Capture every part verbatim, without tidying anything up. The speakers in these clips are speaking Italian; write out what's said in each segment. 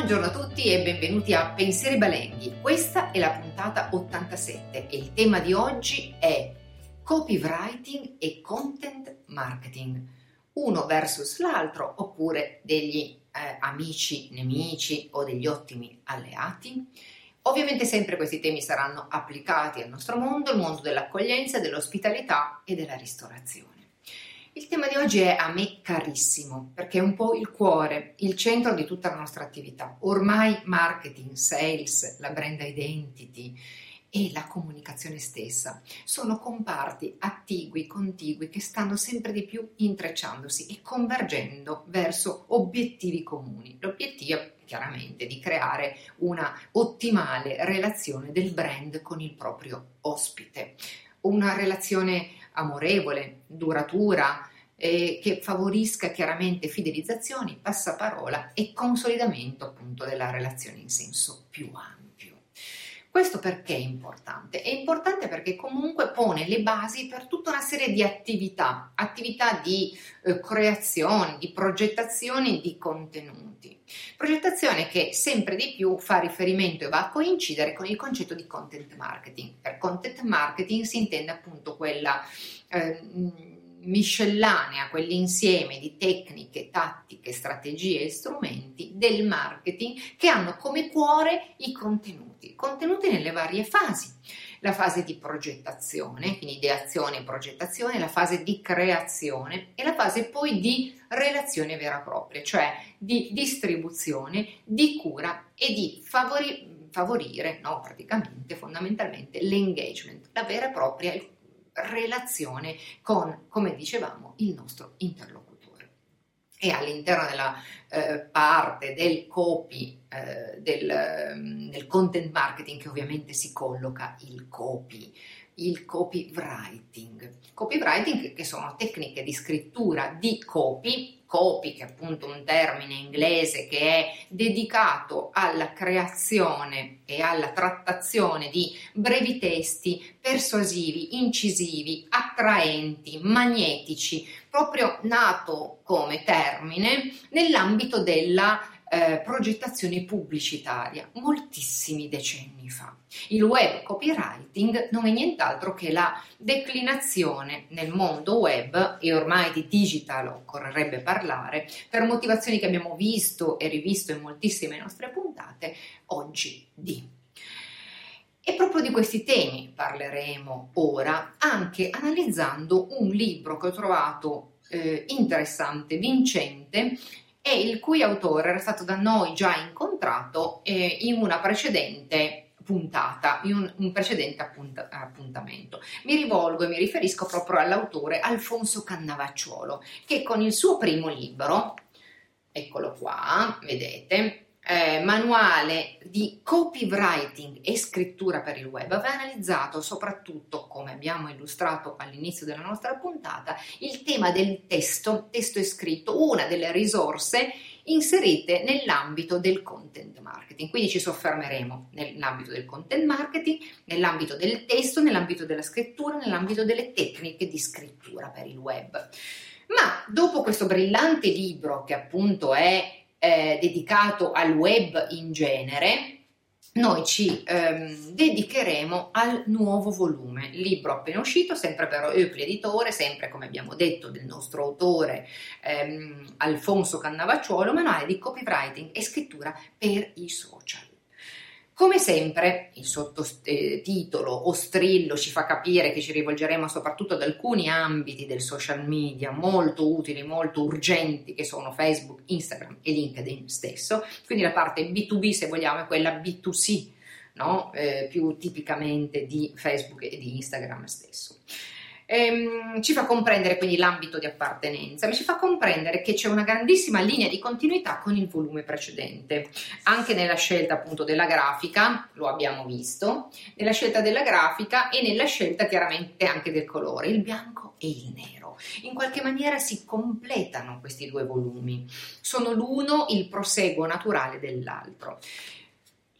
Buongiorno a tutti e benvenuti a Pensieri Balenghi. Questa è la puntata ottantasette e il tema di oggi è copywriting e content marketing, uno versus l'altro oppure degli eh, amici, nemici o degli ottimi alleati. Ovviamente sempre questi temi saranno applicati al nostro mondo, il mondo dell'accoglienza, dell'ospitalità e della ristorazione. Il tema di oggi è a me carissimo perché è un po' il cuore, il centro di tutta la nostra attività. Ormai marketing, sales, la brand identity e la comunicazione stessa sono comparti attigui, contigui che stanno sempre di più intrecciandosi e convergendo verso obiettivi comuni. L'obiettivo chiaramente di creare una ottimale relazione del brand con il proprio ospite, una relazione amorevole, duratura, eh, che favorisca chiaramente fidelizzazioni, passaparola e consolidamento appunto della relazione in senso più ampio. Questo perché è importante? È importante perché comunque pone le basi per tutta una serie di attività, attività di eh, creazione, di progettazione di contenuti. Progettazione che sempre di più fa riferimento e va a coincidere con il concetto di content marketing. Per content marketing si intende appunto quella eh, miscellanea, quell'insieme di tecniche, tattiche, strategie e strumenti del marketing che hanno come cuore i contenuti, contenuti nelle varie fasi. La fase di progettazione, quindi ideazione e progettazione, la fase di creazione e la fase poi di relazione vera e propria, cioè di distribuzione, di cura e di favori, favorire, no, praticamente, fondamentalmente, l'engagement, la vera e propria relazione con, come dicevamo, il nostro interlocutore. E all'interno della eh, parte del copy, eh, del, del content marketing che ovviamente si colloca il copy, il copywriting. Copywriting che sono tecniche di scrittura di copy, copy che è appunto un termine inglese che è dedicato alla creazione e alla trattazione di brevi testi persuasivi, incisivi, attraenti, magnetici, proprio nato come termine nell'ambito della eh, progettazione pubblicitaria moltissimi decenni fa. Il web copywriting non è nient'altro che la declinazione nel mondo web, e ormai di digital occorrerebbe parlare, per motivazioni che abbiamo visto e rivisto in moltissime nostre puntate, oggi di. E proprio di questi temi parleremo ora, anche analizzando un libro che ho trovato eh, interessante, vincente, e il cui autore era stato da noi già incontrato eh, in una precedente puntata, in un, un precedente appunt- appuntamento. Mi rivolgo e mi riferisco proprio all'autore Alfonso Cannavacciuolo, che con il suo primo libro, eccolo qua, vedete, Eh, manuale di copywriting e scrittura per il web, aveva analizzato soprattutto, come abbiamo illustrato all'inizio della nostra puntata, il tema del testo, testo e scritto, una delle risorse inserite nell'ambito del content marketing. Quindi ci soffermeremo nell'ambito del content marketing, nell'ambito del testo, nell'ambito della scrittura, nell'ambito delle tecniche di scrittura per il web. Ma dopo questo brillante libro che appunto è Eh, dedicato al web in genere, noi ci ehm, dedicheremo al nuovo volume, libro appena uscito, sempre per Oepli Editore, sempre come abbiamo detto del nostro autore ehm, Alfonso Cannavacciuolo, manuale di copywriting e scrittura per i social. Come sempre il sottotitolo o strillo ci fa capire che ci rivolgeremo soprattutto ad alcuni ambiti del social media molto utili, molto urgenti, che sono Facebook, Instagram e LinkedIn stesso. Quindi la parte B due B, se vogliamo, è quella B due C, no? eh, più tipicamente di Facebook e di Instagram stesso. Ehm, ci fa comprendere quindi l'ambito di appartenenza, ma ci fa comprendere che c'è una grandissima linea di continuità con il volume precedente, anche nella scelta appunto della grafica, lo abbiamo visto, nella scelta della grafica e nella scelta chiaramente anche del colore, il bianco e il nero. In qualche maniera si completano questi due volumi, sono l'uno il proseguo naturale dell'altro.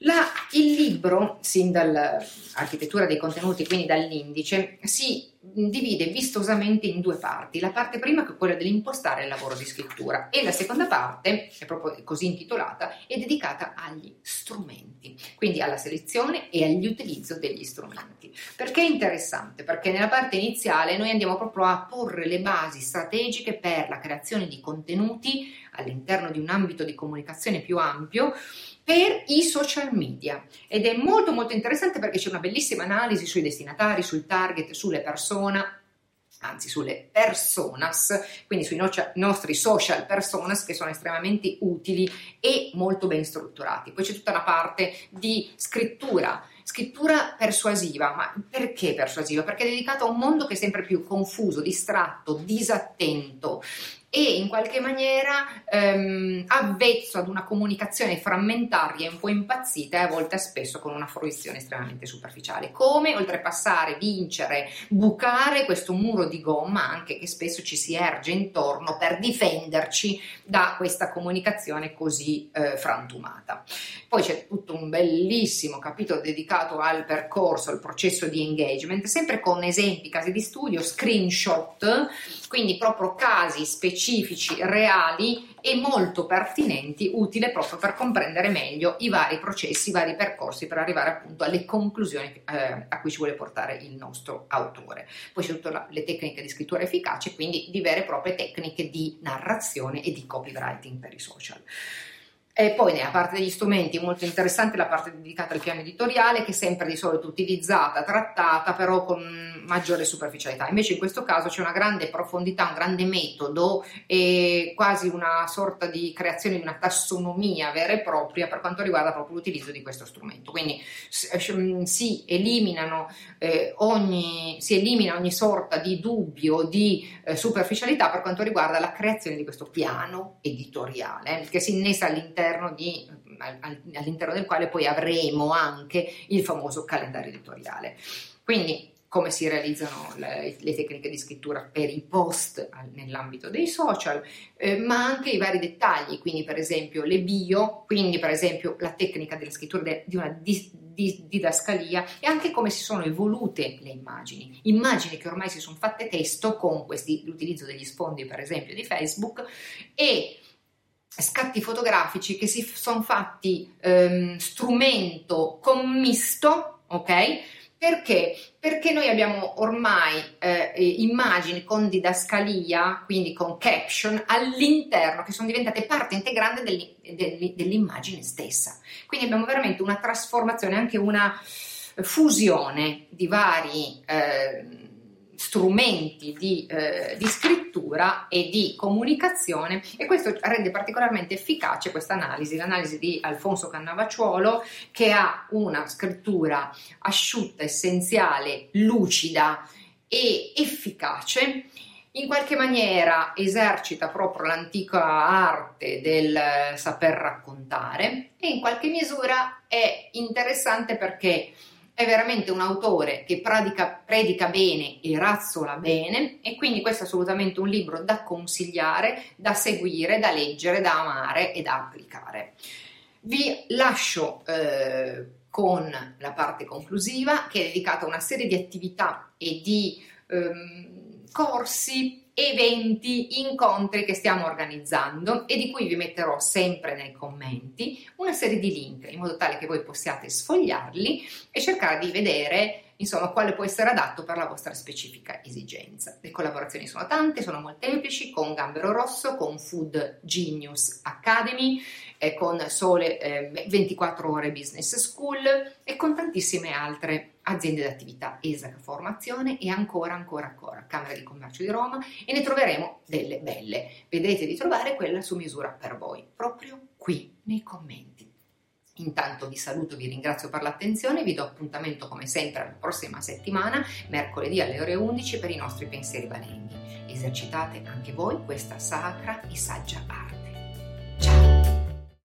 La, il libro, sin dall'architettura dei contenuti, quindi dall'indice, si divide vistosamente in due parti. La parte prima, che è quella dell'impostare il lavoro di scrittura, e la seconda parte, è proprio così intitolata, è dedicata agli strumenti, quindi alla selezione e all'utilizzo degli strumenti. Perché è interessante? Perché nella parte iniziale noi andiamo proprio a porre le basi strategiche per la creazione di contenuti all'interno di un ambito di comunicazione più ampio per i social media, ed è molto molto interessante perché c'è una bellissima analisi sui destinatari, sul target, sulle persona, anzi sulle personas, quindi sui no- nostri social personas, che sono estremamente utili e molto ben strutturati. Poi c'è tutta una parte di scrittura, scrittura persuasiva. Ma perché persuasiva? Perché è dedicata a un mondo che è sempre più confuso, distratto, disattento e in qualche maniera ehm, avvezzo ad una comunicazione frammentaria e un po' impazzita, e a volte spesso con una fruizione estremamente superficiale. Come oltrepassare, vincere, bucare questo muro di gomma anche che spesso ci si erge intorno per difenderci da questa comunicazione così eh, frantumata. Poi c'è tutto un bellissimo capitolo dedicato al percorso, al processo di engagement, sempre con esempi, casi di studio, screenshot, quindi proprio casi specifici, reali e molto pertinenti, utile proprio per comprendere meglio i vari processi, i vari percorsi per arrivare appunto alle conclusioni eh, a cui ci vuole portare il nostro autore. Poi c'è tutte le tecniche di scrittura efficace, quindi di vere e proprie tecniche di narrazione e di copywriting per i social. E poi nella parte degli strumenti molto interessante la parte dedicata al piano editoriale, che è sempre di solito utilizzata, trattata, però con maggiore superficialità. Invece in questo caso c'è una grande profondità, un grande metodo e quasi una sorta di creazione di una tassonomia vera e propria per quanto riguarda proprio l'utilizzo di questo strumento. Quindi si eliminano eh, ogni si elimina ogni sorta di dubbio, di eh, superficialità per quanto riguarda la creazione di questo piano editoriale, che si innesta all'interno Di, all'interno del quale poi avremo anche il famoso calendario editoriale. Quindi come si realizzano le, le tecniche di scrittura per i post nell'ambito dei social, eh, ma anche i vari dettagli, quindi per esempio le bio, quindi per esempio la tecnica della scrittura de, di una di, di, didascalia, e anche come si sono evolute le immagini, immagini che ormai si sono fatte testo con questi, l'utilizzo degli sfondi per esempio di Facebook, e scatti fotografici che si sono fatti ehm, strumento commisto, ok? Perché? Perché noi abbiamo ormai eh, immagini con didascalia, quindi con caption all'interno, che sono diventate parte integrante dell'i, dell'i, dell'immagine stessa. Quindi abbiamo veramente una trasformazione, anche una fusione di vari eh, strumenti di, eh, di scrittura e di comunicazione, e questo rende particolarmente efficace questa analisi, l'analisi di Alfonso Cannavacciuolo, che ha una scrittura asciutta, essenziale, lucida e efficace. In qualche maniera esercita proprio l'antica arte del saper raccontare, e in qualche misura è interessante perché è veramente un autore che predica, predica bene e razzola bene, e quindi questo è assolutamente un libro da consigliare, da seguire, da leggere, da amare e da applicare. Vi lascio eh, con la parte conclusiva, che è dedicata a una serie di attività e di ehm, corsi, eventi, incontri che stiamo organizzando, e di cui vi metterò sempre nei commenti una serie di link in modo tale che voi possiate sfogliarli e cercare di vedere insomma quale può essere adatto per la vostra specifica esigenza. Le collaborazioni sono tante, sono molteplici, con Gambero Rosso, con Food Genius Academy, e con Sole eh, ventiquattro ore Business School, e con tantissime altre aziende d'attività, E S A C Formazione, e ancora ancora ancora Camera di Commercio di Roma, e ne troveremo delle belle. Vedrete di trovare quella su misura per voi proprio qui nei commenti. Intanto vi saluto, vi ringrazio per l'attenzione, vi do appuntamento come sempre la prossima settimana, mercoledì alle ore undici, per i nostri pensieri balenghi. Esercitate anche voi questa sacra e saggia arte.